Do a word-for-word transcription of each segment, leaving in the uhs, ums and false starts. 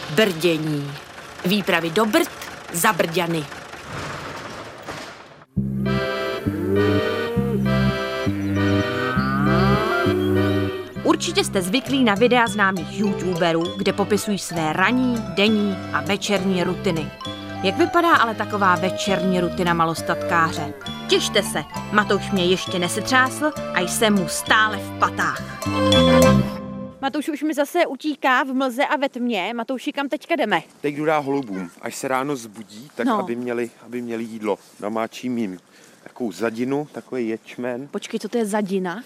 Brdění. Výpravy do Brd za Brďany. Určitě jste zvyklí na videa známých youtuberů, kde popisují své ranní, denní a večerní rutiny. Jak vypadá ale taková večerní rutina malostatkáře? Těšte se, Matouš mě ještě nesetřásl a jsem mu stále v patách. Matouš už mi zase utíká v mlze a ve tmě. Matouši, kam teďka jdeme? Teď jdu dát holubům. Až se ráno zbudí, tak no. aby, měli, aby měli jídlo. Namáčím jim takovou zadinu, takový ječmen. Počkej, co to je zadina?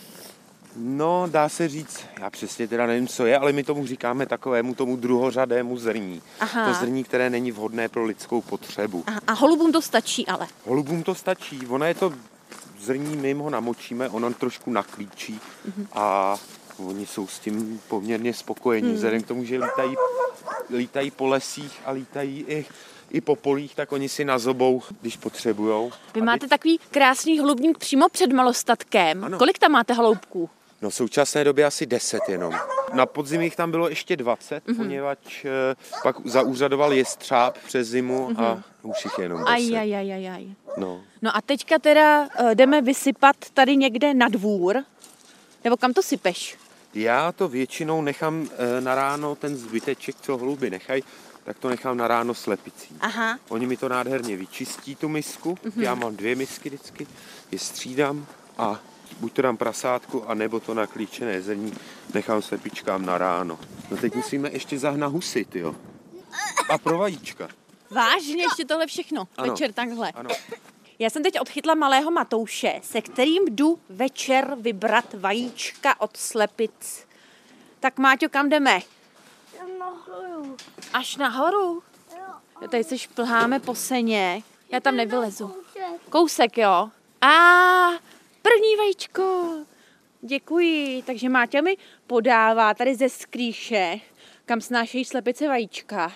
No, dá se říct, já přesně teda nevím, co je, ale my tomu říkáme takovému tomu druhořadému zrní. Aha. To zrní, které není vhodné pro lidskou potřebu. Aha. A holubům to stačí ale? Holubům to stačí. Ono je to zrní, my jim ho namočíme, ono trošku naklíčí mm-hmm. a oni jsou s tím poměrně spokojení. Hmm. Vzhledem k tomu, že lítají, lítají po lesích a lítají i, i po polích, tak oni si nazobou, když potřebujou. Vy máte teď... takový krásný holubník přímo před malostatkem. Ano. Kolik tam máte holoubků? No v současné době asi deset jenom. Na podzim jich tam bylo ještě dvacet, mm-hmm. poněvadž eh, pak zaúřadoval jestřáb přes zimu mm-hmm. a už jich jenom deset. Aj, aj, aj, aj, aj. No. No a teďka teda uh, jdeme vysypat tady někde na dvůr. Nebo kam to sypeš? Já to většinou nechám e, na ráno, ten zbyteček, co holuby nechají, tak to nechám na ráno slepicí. Aha. Oni mi to nádherně vyčistí, tu misku. Mm-hmm. Já mám dvě misky vždycky, je střídám a buď to dám prasátku, anebo to naklíčené zrní nechám slepičkám na ráno. No teď musíme ještě zahnat husy, tyjo. A pro vajíčka. Vážně, ještě tohle všechno, ano. Večer takhle. Ano. Já jsem teď odchytla malého Matouše, se kterým jdu večer vybrat vajíčka od slepic. Tak Máťo, kam jdeme? Nahoru. Až nahoru? Jo. Tady se šplháme po seně. Já tam nevylezu. Kousek. Kousek, jo? A první vajíčko. Děkuji. Takže Máťa mi podává tady ze skrýše, kam snášejí slepice vajíčka.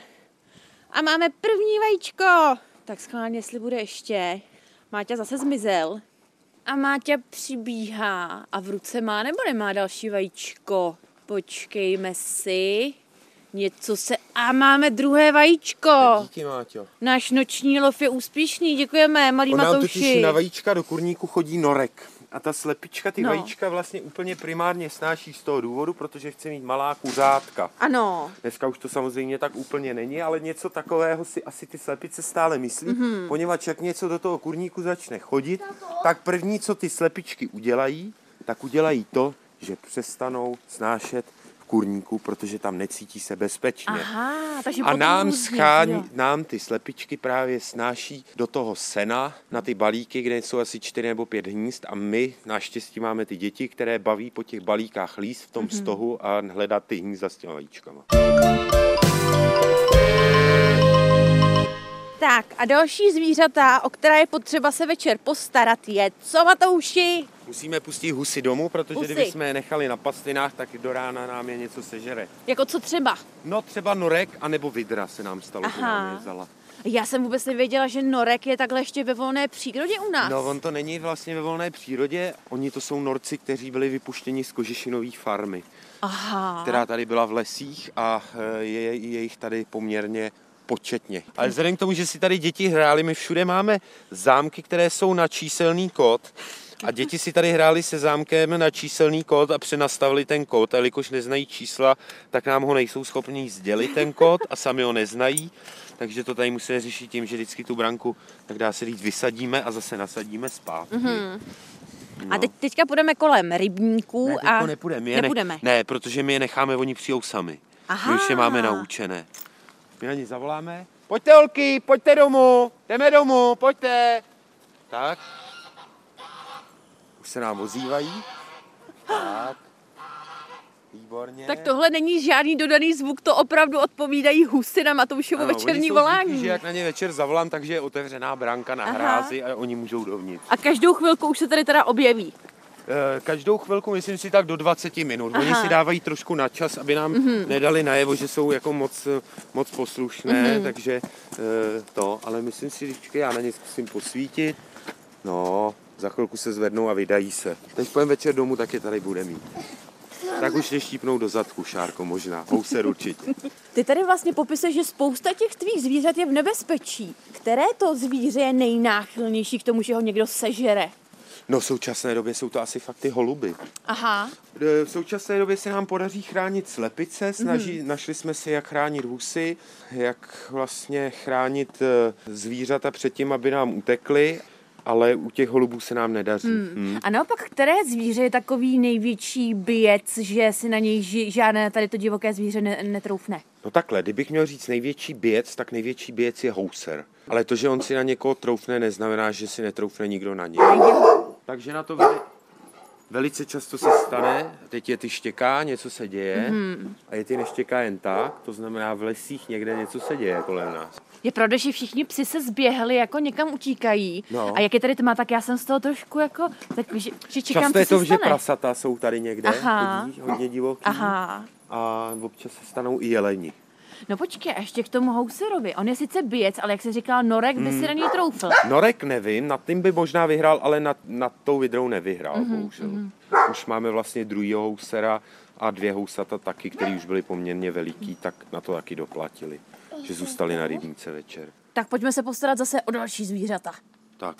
A máme první vajíčko. Tak schválně, jestli bude ještě. Máťa zase zmizel. A Máťa přibíhá. A v ruce má nebo nemá další vajíčko? Počkejme si. Něco se... A máme druhé vajíčko. Díky, Máťo. Náš noční lov je úspěšný. Děkujeme, malý On nám Matouši. totiž na vajíčka do kurníku chodí norek. A ta slepička ty no. vajíčka vlastně úplně primárně snáší z toho důvodu, protože chce mít malá kuřátka. Ano. Dneska už to samozřejmě tak úplně není, ale něco takového si asi ty slepice stále myslí, mm-hmm. poněvadž jak něco do toho kurníku začne chodit, tak první, co ty slepičky udělají, tak udělají to, že přestanou snášet v kurníku, protože tam necítí se bezpečně. Aha, takže a nám, různě, schání, nám ty slepičky právě snáší do toho sena na ty balíky, kde jsou asi čtyři nebo pět hnízd a my naštěstí máme ty děti, které baví po těch balíkách líst v tom mm-hmm. stohu a hledat ty hnízda s těma vajíčkama. Tak a další zvířata, o která je potřeba se večer postarat, je co, Matouši? Musíme pustit husy domů, protože husy. kdyby jsme je nechali na pastvinách, tak do rána nám je něco sežere. Jako co třeba? No třeba norek, anebo vidra se nám stalo, Aha. že nám je vzala. Já jsem vůbec nevěděla, že norek je takhle ještě ve volné přírodě u nás. No on to není vlastně ve volné přírodě, oni to jsou norci, kteří byli vypuštěni z kožešinové farmy. Aha. Která tady byla v lesích a je, je jich tady poměrně početně. Ale vzhledem k tomu, že si tady děti hrály, my všude máme zámky, které jsou na číselný kód. A děti si tady hráli se zámkem na číselný kód a přenastavili ten kód. A jelikož neznají čísla, tak nám ho nejsou schopni sdělit ten kód a sami ho neznají. Takže to tady musíme řešit tím, že vždycky tu branku, tak dá se říct, vysadíme a zase nasadíme zpátky. Mm-hmm. No. A teď, teďka půjdeme kolem rybníků. Ne, a nepůjdeme. nepůjdeme. Ne, ne, protože my je necháme, oni přijou sami. Aha. My už je máme naučené. My na ně zavoláme. Pojďte, holky, pojďte domů, jdeme domů, pojďte. Tak. Už se nám ozývají. Tak. Výborně. Tak tohle není žádný dodaný zvuk, to opravdu odpovídají husy na Matoušovo ano, večerní oni volání. Zvyklí, že jak na ně večer zavolám, takže je otevřená branka na Aha. hrázi a oni můžou dovnitř. A každou chvilku už se tady teda objeví. Každou chvilku, myslím si, tak do dvacet minut. Aha. Oni si dávají trošku na čas, aby nám mm-hmm. nedali najevo, že jsou jako moc, moc poslušné, mm-hmm. takže to, ale myslím si, že já na ně zkusím posvítit. No, za chvilku se zvednou a vydají se. Teď půjdeme večer domů, tak je tady bude mít. Tak už tě štípnou do zadku, Šárko, možná. Houser určitě. Ty tady vlastně popisuješ, že spousta těch tvých zvířat je v nebezpečí. Které to zvíře je nejnáchylnější k tomu, že ho někdo sežere? No v současné době jsou to asi fakt ty holuby. Aha. V současné době se nám podaří chránit slepice, snaží, mm-hmm. našli jsme si, jak chránit husy, jak vlastně chránit zvířata před tím, aby nám utekly, ale u těch holubů se nám nedaří. Hmm. Hmm. A naopak, které zvíře je takový největší bijec, že si na něj ži- žádné tady to divoké zvíře ne- netroufne? No takhle, kdybych měl říct největší bijec, tak největší bijec je houser. Ale to, že on si na někoho troufne, neznamená, že si netroufne nikdo na něj. Takže na to veli, velice často se stane, teď je ty štěká, něco se děje, mm. a je ty neštěká jen tak, to znamená v lesích někde něco se děje kolem nás. Je pravda, že všichni psi se zběhli, jako někam utíkají. No. A jak je tady tma, tak já jsem z toho trošku jako, tak, že, že čekám, často je co to, se že stane. prasata jsou tady někde, Aha. chodí, hodně divoký. Aha. A občas se stanou i jeleni. No počkej, a ještě k tomu houserovi. On je sice bijec, ale jak jsi říkal, norek by hmm. si na něj troufl. Norek nevím, nad tím by možná vyhrál, ale nad, nad tou vidrou nevyhrál, mm-hmm, bohužel. Mm-hmm. Už máme vlastně druhýho housera a dvě housata taky, který už byli poměrně veliký, tak na to taky doplatili, že zůstali na rybníce večer. Tak pojďme se postarat zase o další zvířata. Tak.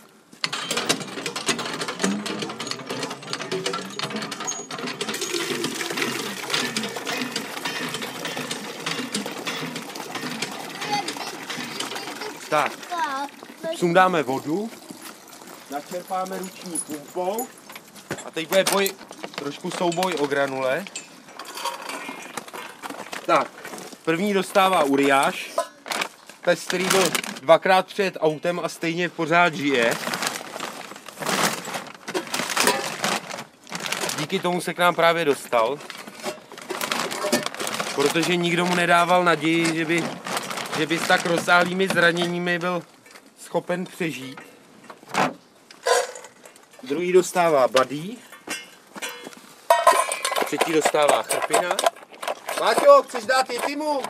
Tak, sundáme vodu, načerpáme ruční pumpou a teď bude boj, trošku souboj o granule. Tak, první dostává Uriáš, pes, který byl dvakrát před autem a stejně pořád žije. Díky tomu se k nám právě dostal, protože nikdo mu nedával naději, že by že by s tak rozsáhlými zraněními byl schopen přežít. Druhý dostává Buddy. Třetí dostává Chrpina. Máťo, chceš dát Yetimu?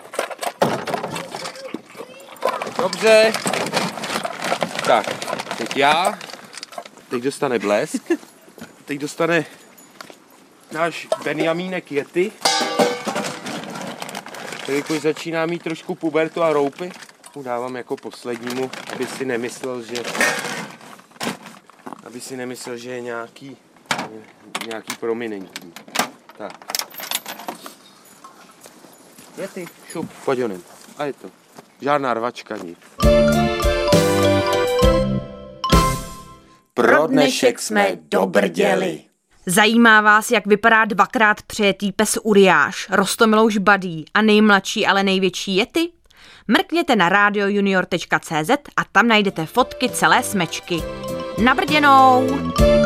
Dobře. Tak, teď já. Teď dostane Blesk. Teď dostane náš Benjamínek Yeti. Jelikož začíná mít trošku pubertu a roupy, mu dávám jako poslednímu, aby si nemyslel, že aby si nemyslel, že je nějaký, nějaký prominentní. Tak. Je ty, šup, pojď honem. A je to. Žádná rvačka, nic. Pro dnešek jsme dobrděli. Zajímá vás, jak vypadá dvakrát přejetý pes Uriáš, roztomilouš Buddy a nejmladší, ale největší Yeti? Mrkněte na radio junior tečka cé zet a tam najdete fotky celé smečky. Nabrděnou!